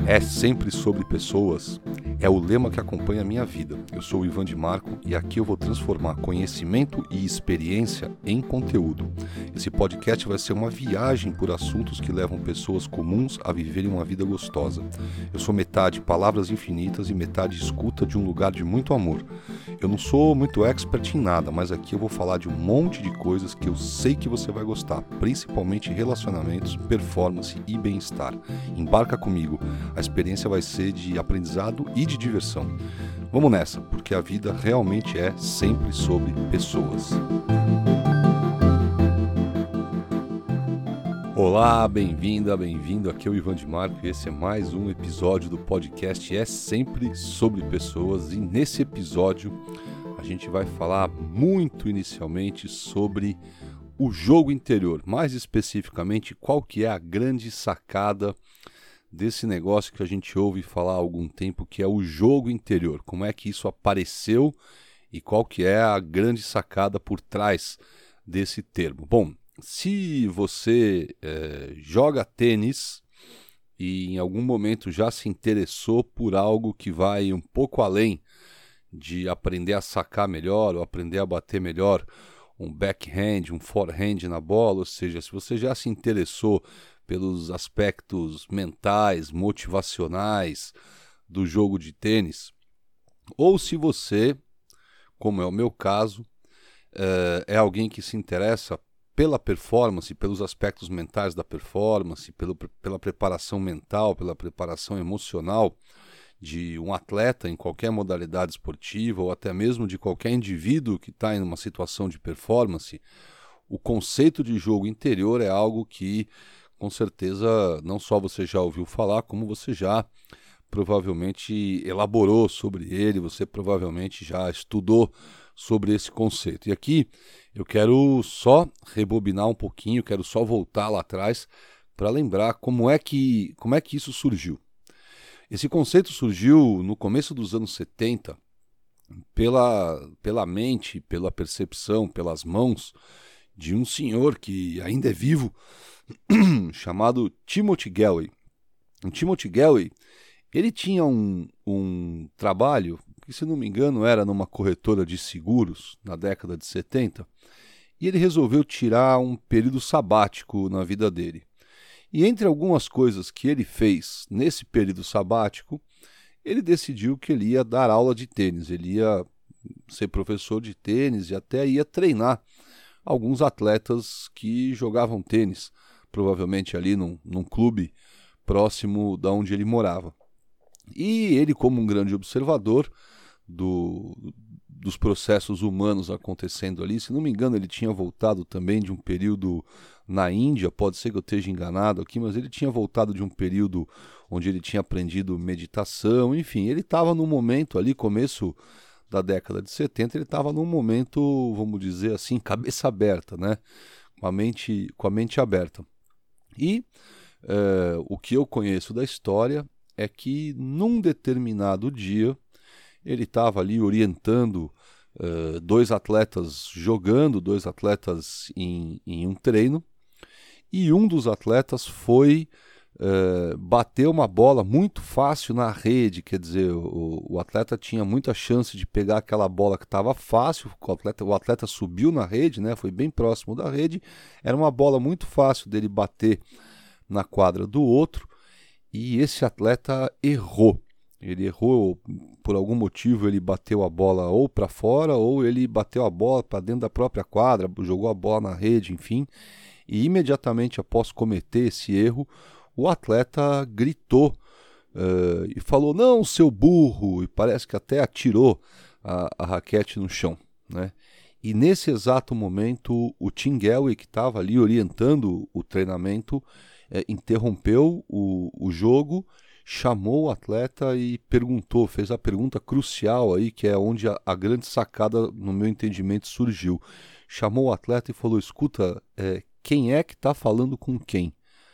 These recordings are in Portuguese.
É sempre sobre pessoas. É o lema que acompanha a minha vida. Eu sou o Ivan de Marco e aqui eu vou transformar conhecimento e experiência em conteúdo. Esse podcast vai ser uma viagem por assuntos que levam pessoas comuns a viverem uma vida gostosa. Eu sou metade palavras infinitas e metade escuta de um lugar de muito amor. Eu não sou muito expert em nada, mas aqui eu vou falar de um monte de coisas que eu sei que você vai gostar, principalmente relacionamentos, performance e bem-estar. Embarca comigo, a experiência vai ser de aprendizado e de diversão. Vamos nessa, porque a vida realmente é sempre sobre pessoas. Olá, bem-vinda, bem-vindo, aqui é o Ivan de Marco e esse é mais um episódio do podcast É Sempre Sobre Pessoas e nesse episódio a gente vai falar muito inicialmente sobre o jogo interior, mais especificamente qual que é a grande sacada desse negócio que a gente ouve falar há algum tempo, que é o jogo interior, como é que isso apareceu e qual que é a grande sacada por trás desse termo. Bom, se você joga tênis e em algum momento já se interessou por algo que vai um pouco além de aprender a sacar melhor ou aprender a bater melhor um backhand, um forehand na bola, ou seja, se você já se interessou pelos aspectos mentais, motivacionais do jogo de tênis, ou se você, como é o meu caso, é alguém que se interessa pela performance, pelos aspectos mentais da performance, pela preparação mental, pela preparação emocional de um atleta em qualquer modalidade esportiva ou até mesmo de qualquer indivíduo que está em uma situação de performance, o conceito de jogo interior é algo que, com certeza, não só você já ouviu falar, como você já provavelmente elaborou sobre ele, você provavelmente já estudou sobre esse conceito. E aqui eu quero só rebobinar um pouquinho, quero só voltar lá atrás para lembrar como é que isso surgiu. Esse conceito surgiu no começo dos anos 70 pela mente, pela percepção, pelas mãos de um senhor que ainda é vivo, chamado Timothy Galway. O Timothy Galway, ele tinha um trabalho que, se não me engano, era numa corretora de seguros na década de 70, e ele resolveu tirar um período sabático na vida dele. E entre algumas coisas que ele fez nesse período sabático, ele decidiu que ele ia dar aula de tênis, ele ia ser professor de tênis e até ia treinar alguns atletas que jogavam tênis, provavelmente ali num clube próximo da onde ele morava. E ele, como um grande observador dos processos humanos acontecendo ali, se não me engano, ele tinha voltado também de um período na Índia, pode ser que eu esteja enganado aqui, mas ele tinha voltado de um período onde ele tinha aprendido meditação, enfim, ele estava num momento ali, começo da década de 70, ele estava num momento, vamos dizer assim, cabeça aberta, né? Com a mente aberta. E o que eu conheço da história é que num determinado dia ele estava ali orientando dois atletas jogando, dois atletas em um treino, e um dos atletas foi bater uma bola muito fácil na rede, quer dizer, o atleta tinha muita chance de pegar aquela bola que estava fácil, o atleta subiu na rede, né, foi bem próximo da rede, era uma bola muito fácil dele bater na quadra do outro, e esse atleta errou. Ele errou, por algum motivo ele bateu a bola ou para fora, ou ele bateu a bola para dentro da própria quadra, jogou a bola na rede, enfim. E imediatamente após cometer esse erro, o atleta gritou e falou, não, seu burro, e parece que até atirou a raquete no chão, né? E nesse exato momento, o Tim Galway, que estava ali orientando o treinamento, interrompeu o jogo, chamou o atleta e perguntou, fez a pergunta crucial aí, que é onde a grande sacada, no meu entendimento, surgiu. Chamou o atleta e falou, escuta, quem é que está falando com quem?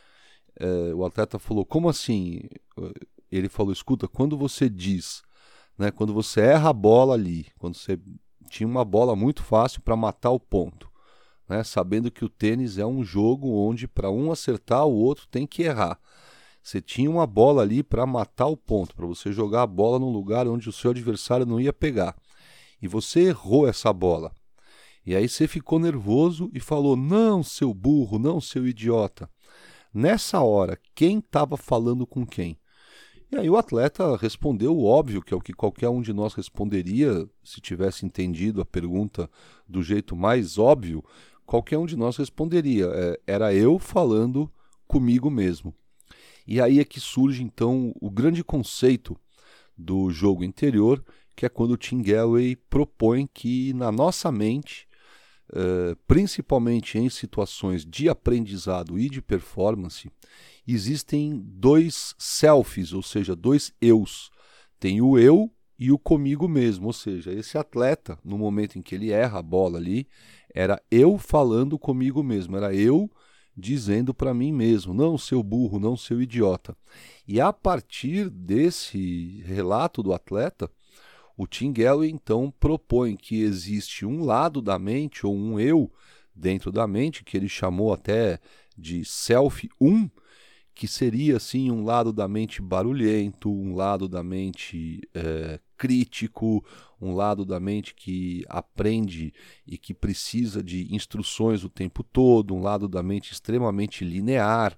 O atleta falou, como assim? Ele falou, escuta, quando você diz, né, quando você erra a bola ali, quando você tinha uma bola muito fácil para matar o ponto, né, sabendo que o tênis é um jogo onde para um acertar o outro tem que errar. Você tinha uma bola ali para matar o ponto, para você jogar a bola num lugar onde o seu adversário não ia pegar. E você errou essa bola. E aí você ficou nervoso e falou: não, seu burro, não, seu idiota. Nessa hora, quem estava falando com quem? E aí o atleta respondeu o óbvio, que é o que qualquer um de nós responderia se tivesse entendido a pergunta do jeito mais óbvio. Qualquer um de nós responderia: era eu falando comigo mesmo. E aí é que surge então o grande conceito do jogo interior, que é quando o Tim Gallwey propõe que na nossa mente, principalmente em situações de aprendizado e de performance, existem dois selfies, ou seja, dois eus. Tem o eu e o comigo mesmo, ou seja, esse atleta, no momento em que ele erra a bola ali, era eu falando comigo mesmo, era eu dizendo para mim mesmo: não, seu burro, não, seu idiota. E a partir desse relato do atleta, o Tim Gallwey então propõe que existe um lado da mente, ou um eu dentro da mente, que ele chamou até de Self 1, que seria assim um lado da mente barulhento, um lado da mente crítico, um lado da mente que aprende e que precisa de instruções o tempo todo, um lado da mente extremamente linear,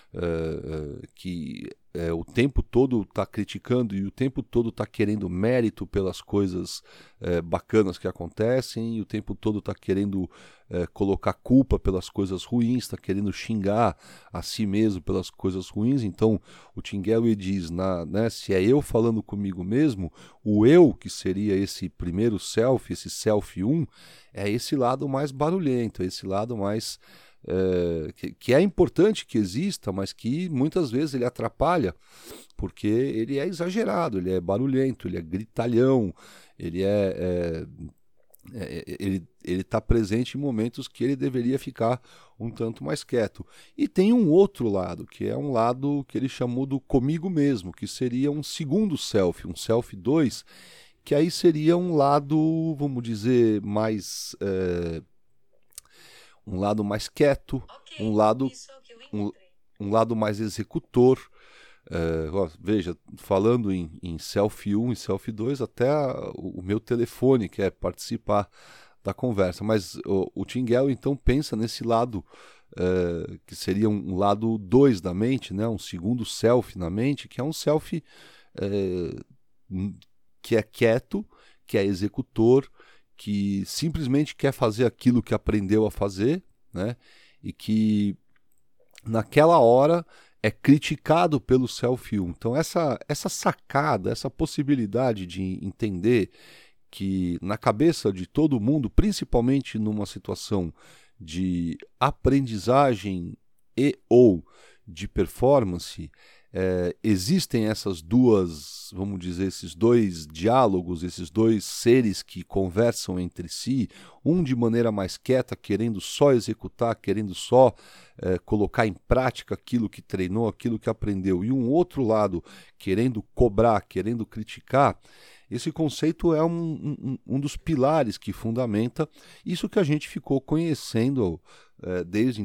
que o tempo todo está criticando e o tempo todo está querendo mérito pelas coisas bacanas que acontecem, e o tempo todo está querendo colocar culpa pelas coisas ruins, está querendo xingar a si mesmo pelas coisas ruins. Então o Tim Gallwey diz, se é eu falando comigo mesmo, o eu, que seria esse primeiro self, esse self 1, é esse lado mais barulhento, é esse lado mais que é importante que exista, mas que muitas vezes ele atrapalha, porque ele é exagerado, ele é barulhento, ele é gritalhão, ele ele está presente em momentos que ele deveria ficar um tanto mais quieto. E tem um outro lado, que é um lado que ele chamou do comigo mesmo, que seria um segundo self, um self 2, que aí seria um lado, vamos dizer, mais um lado mais quieto, um lado mais executor. Veja, falando em Self 1 e Self 2, até o meu telefone quer participar da conversa, mas o Tim Gallwey então pensa nesse lado que seria um lado 2 da mente, né? Um segundo self na mente, que é um self que é quieto, que é executor, que simplesmente quer fazer aquilo que aprendeu a fazer, né? E que naquela hora é criticado pelo Self 1. Então essa sacada, essa possibilidade de entender que na cabeça de todo mundo, principalmente numa situação de aprendizagem e ou de performance, existem essas duas, vamos dizer, esses dois diálogos, esses dois seres que conversam entre si, um de maneira mais quieta, querendo só executar, querendo só colocar em prática aquilo que treinou, aquilo que aprendeu, e um outro lado querendo cobrar, querendo criticar. Esse conceito é um dos pilares que fundamenta isso que a gente ficou conhecendo desde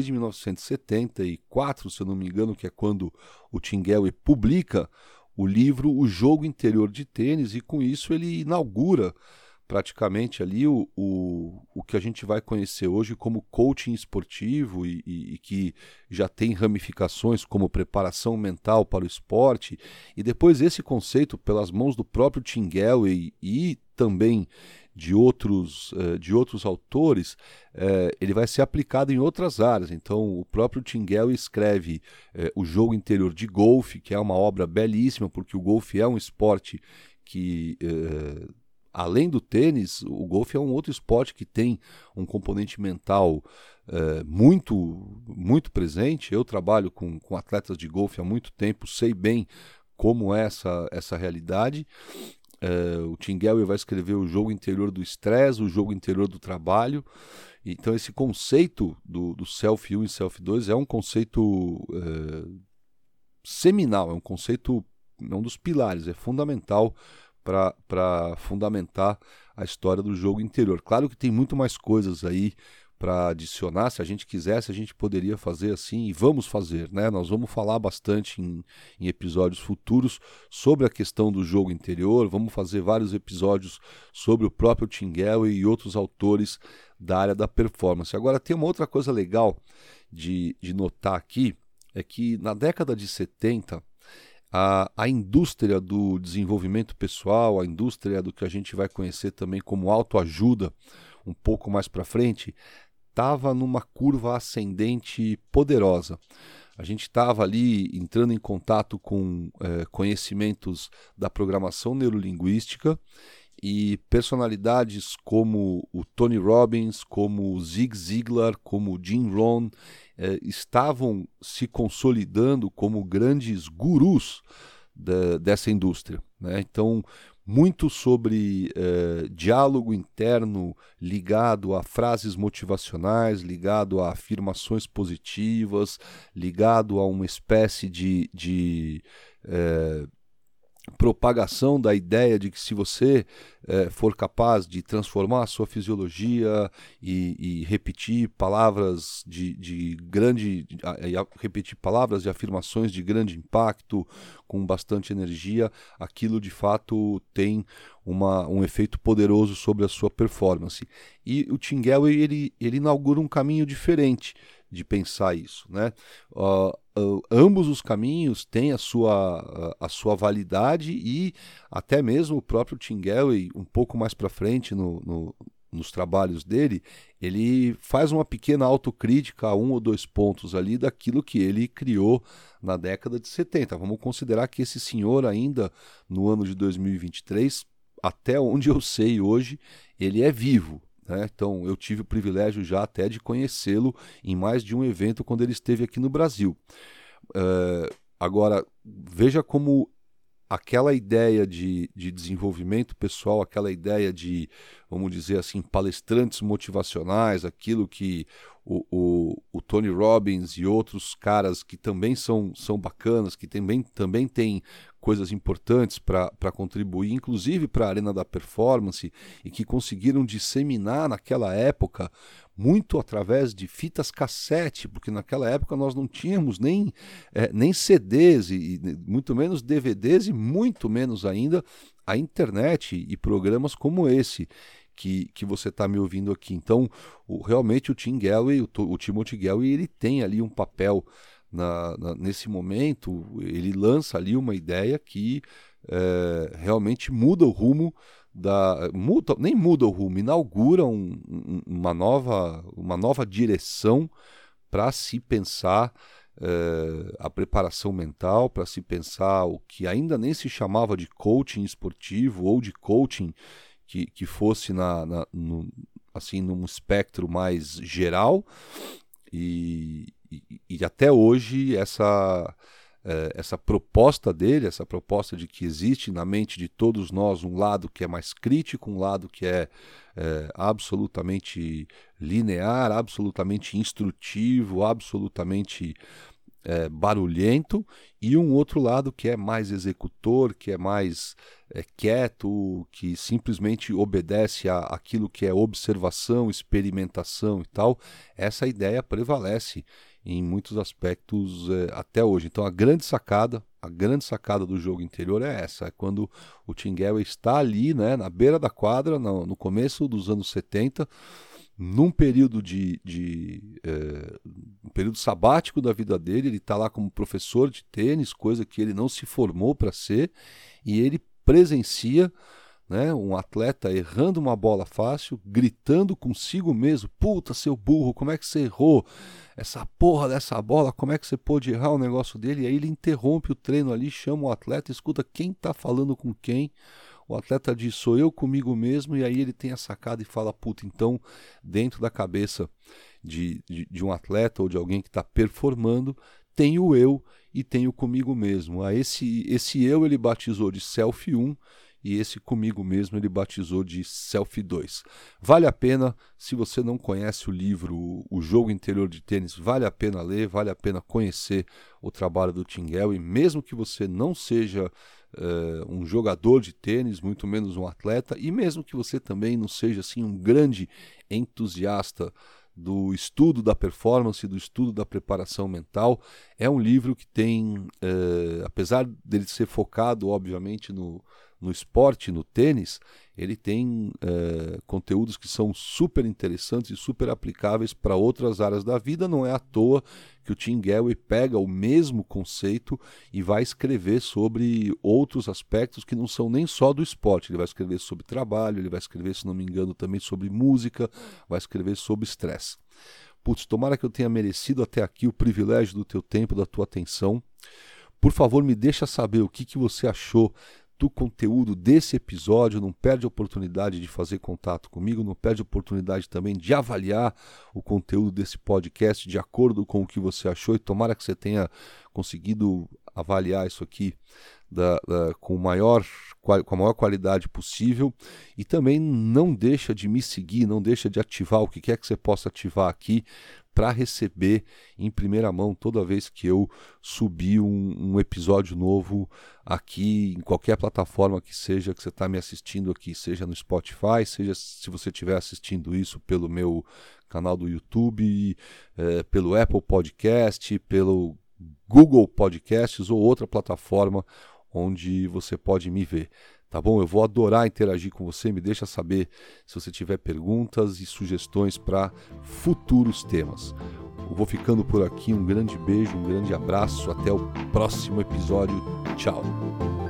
1974, se eu não me engano, que é quando o Tim Gallwey publica o livro O Jogo Interior de Tênis, e com isso ele inaugura praticamente ali o que a gente vai conhecer hoje como coaching esportivo e que já tem ramificações como preparação mental para o esporte. E depois esse conceito, pelas mãos do próprio Tim Gallwey e também de outros autores, ele vai ser aplicado em outras áreas. Então o próprio Tim Gallwey escreve O Jogo Interior de Golfe, que é uma obra belíssima, porque o golfe é um esporte que além do tênis, o golfe é um outro esporte que tem um componente mental muito, muito presente. Eu trabalho com atletas de golfe há muito tempo, sei bem como é essa realidade. O Tim Gallwey vai escrever O Jogo Interior do Estresse, O Jogo Interior do Trabalho. Então esse conceito do Self 1 e Self 2 é um conceito seminal, é um conceito, é um dos pilares, é fundamental para fundamentar a história do jogo interior. Claro que tem muito mais coisas aí para adicionar. Se a gente quisesse, a gente poderia fazer assim, e vamos fazer, né? Nós vamos falar bastante em episódios futuros sobre a questão do jogo interior, vamos fazer vários episódios sobre o próprio Tim Gallwey e outros autores da área da performance. Agora, tem uma outra coisa legal de notar aqui, é que na década de 70, a indústria do desenvolvimento pessoal, a indústria do que a gente vai conhecer também como autoajuda, um pouco mais para frente, estava numa curva ascendente poderosa. A gente estava ali entrando em contato com conhecimentos da programação neurolinguística e personalidades como o Tony Robbins, como o Zig Ziglar, como o Jim Rohn, estavam se consolidando como grandes gurus dessa indústria, né? Então, muito sobre diálogo interno ligado a frases motivacionais, ligado a afirmações positivas, ligado a uma espécie de propagação da ideia de que se você for capaz de transformar a sua fisiologia e repetir palavras repetir palavras e afirmações de grande impacto com bastante energia, aquilo de fato tem um efeito poderoso sobre a sua performance. E o Tim Gallwey ele inaugura um caminho diferente de pensar isso, né? Ambos os caminhos têm a sua validade e até mesmo o próprio Tim Gallwey, um pouco mais para frente nos trabalhos dele, ele faz uma pequena autocrítica a 1 ou 2 pontos ali daquilo que ele criou na década de 70. Vamos considerar que esse senhor ainda no ano de 2023, até onde eu sei hoje, ele é vivo. Então, eu tive o privilégio já até de conhecê-lo em mais de um evento quando ele esteve aqui no Brasil. Agora, veja como aquela ideia de desenvolvimento pessoal, aquela ideia de, vamos dizer assim, palestrantes motivacionais, aquilo que o Tony Robbins e outros caras que também são bacanas, que também têm coisas importantes para contribuir, inclusive para a arena da performance, e que conseguiram disseminar naquela época muito através de fitas cassete, porque naquela época nós não tínhamos nem CDs, e muito menos DVDs, e muito menos ainda a internet e programas como esse que você está me ouvindo aqui. Então, realmente o Tim Gallwey, o Timothy Gallwey, ele tem ali um papel nesse momento, ele lança ali uma ideia que realmente muda o rumo nem muda o rumo, inaugura uma nova direção para se pensar a preparação mental, para se pensar o que ainda nem se chamava de coaching esportivo ou de coaching que fosse assim, num espectro mais geral, e até hoje essa proposta dele, essa proposta de que existe na mente de todos nós um lado que é mais crítico, um lado que é absolutamente linear, absolutamente instrutivo, absolutamente barulhento, e um outro lado que é mais executor, que é mais quieto, que simplesmente obedece àquilo que é observação, experimentação e tal. Essa ideia prevalece em muitos aspectos até hoje. Então a grande sacada do jogo interior é essa, é quando o Tim Gallwey está ali, né, na beira da quadra, no começo dos anos 70, num período um período sabático da vida dele. Ele está lá como professor de tênis, coisa que ele não se formou para ser, e ele presencia, né, um atleta errando uma bola fácil, gritando consigo mesmo: puta, seu burro, como é que você errou essa porra dessa bola, como é que você pôde errar um negócio dele? E aí ele interrompe o treino ali, chama o atleta, escuta quem está falando com quem. O atleta diz: sou eu comigo mesmo. E aí ele tem a sacada e fala: puta, então dentro da cabeça de um atleta ou de alguém que está performando, tem o eu e tem o comigo mesmo. Esse eu ele batizou de Self 1, e esse comigo mesmo ele batizou de Self 2. Vale a pena, se você não conhece o livro O Jogo Interior de Tênis, vale a pena ler, vale a pena conhecer o trabalho do Tim Gallwey, mesmo que você não seja um jogador de tênis, muito menos um atleta, e mesmo que você também não seja assim um grande entusiasta do estudo da performance, do estudo da preparação mental. É um livro que tem, apesar dele ser focado, obviamente, no esporte, no tênis, ele tem conteúdos que são super interessantes e super aplicáveis para outras áreas da vida. Não é à toa que o Tim Gallwey pega o mesmo conceito e vai escrever sobre outros aspectos que não são nem só do esporte. Ele vai escrever sobre trabalho, ele vai escrever, se não me engano, também sobre música, vai escrever sobre estresse. Putz, tomara que eu tenha merecido até aqui o privilégio do teu tempo, da tua atenção. Por favor, me deixa saber o que você achou do conteúdo desse episódio. Não perde a oportunidade de fazer contato comigo, não perde a oportunidade também de avaliar o conteúdo desse podcast de acordo com o que você achou, e tomara que você tenha conseguido avaliar isso aqui com a maior qualidade possível. E também não deixa de me seguir, não deixa de ativar o que quer que você possa ativar aqui para receber em primeira mão toda vez que eu subir um episódio novo aqui em qualquer plataforma que seja que você está me assistindo aqui, seja no Spotify, seja se você estiver assistindo isso pelo meu canal do YouTube, pelo Apple Podcast, pelo Google Podcasts ou outra plataforma onde você pode me ver. Tá bom? Eu vou adorar interagir com você. Me deixa saber se você tiver perguntas e sugestões para futuros temas. Eu vou ficando por aqui. Um grande beijo, um grande abraço. Até o próximo episódio. Tchau.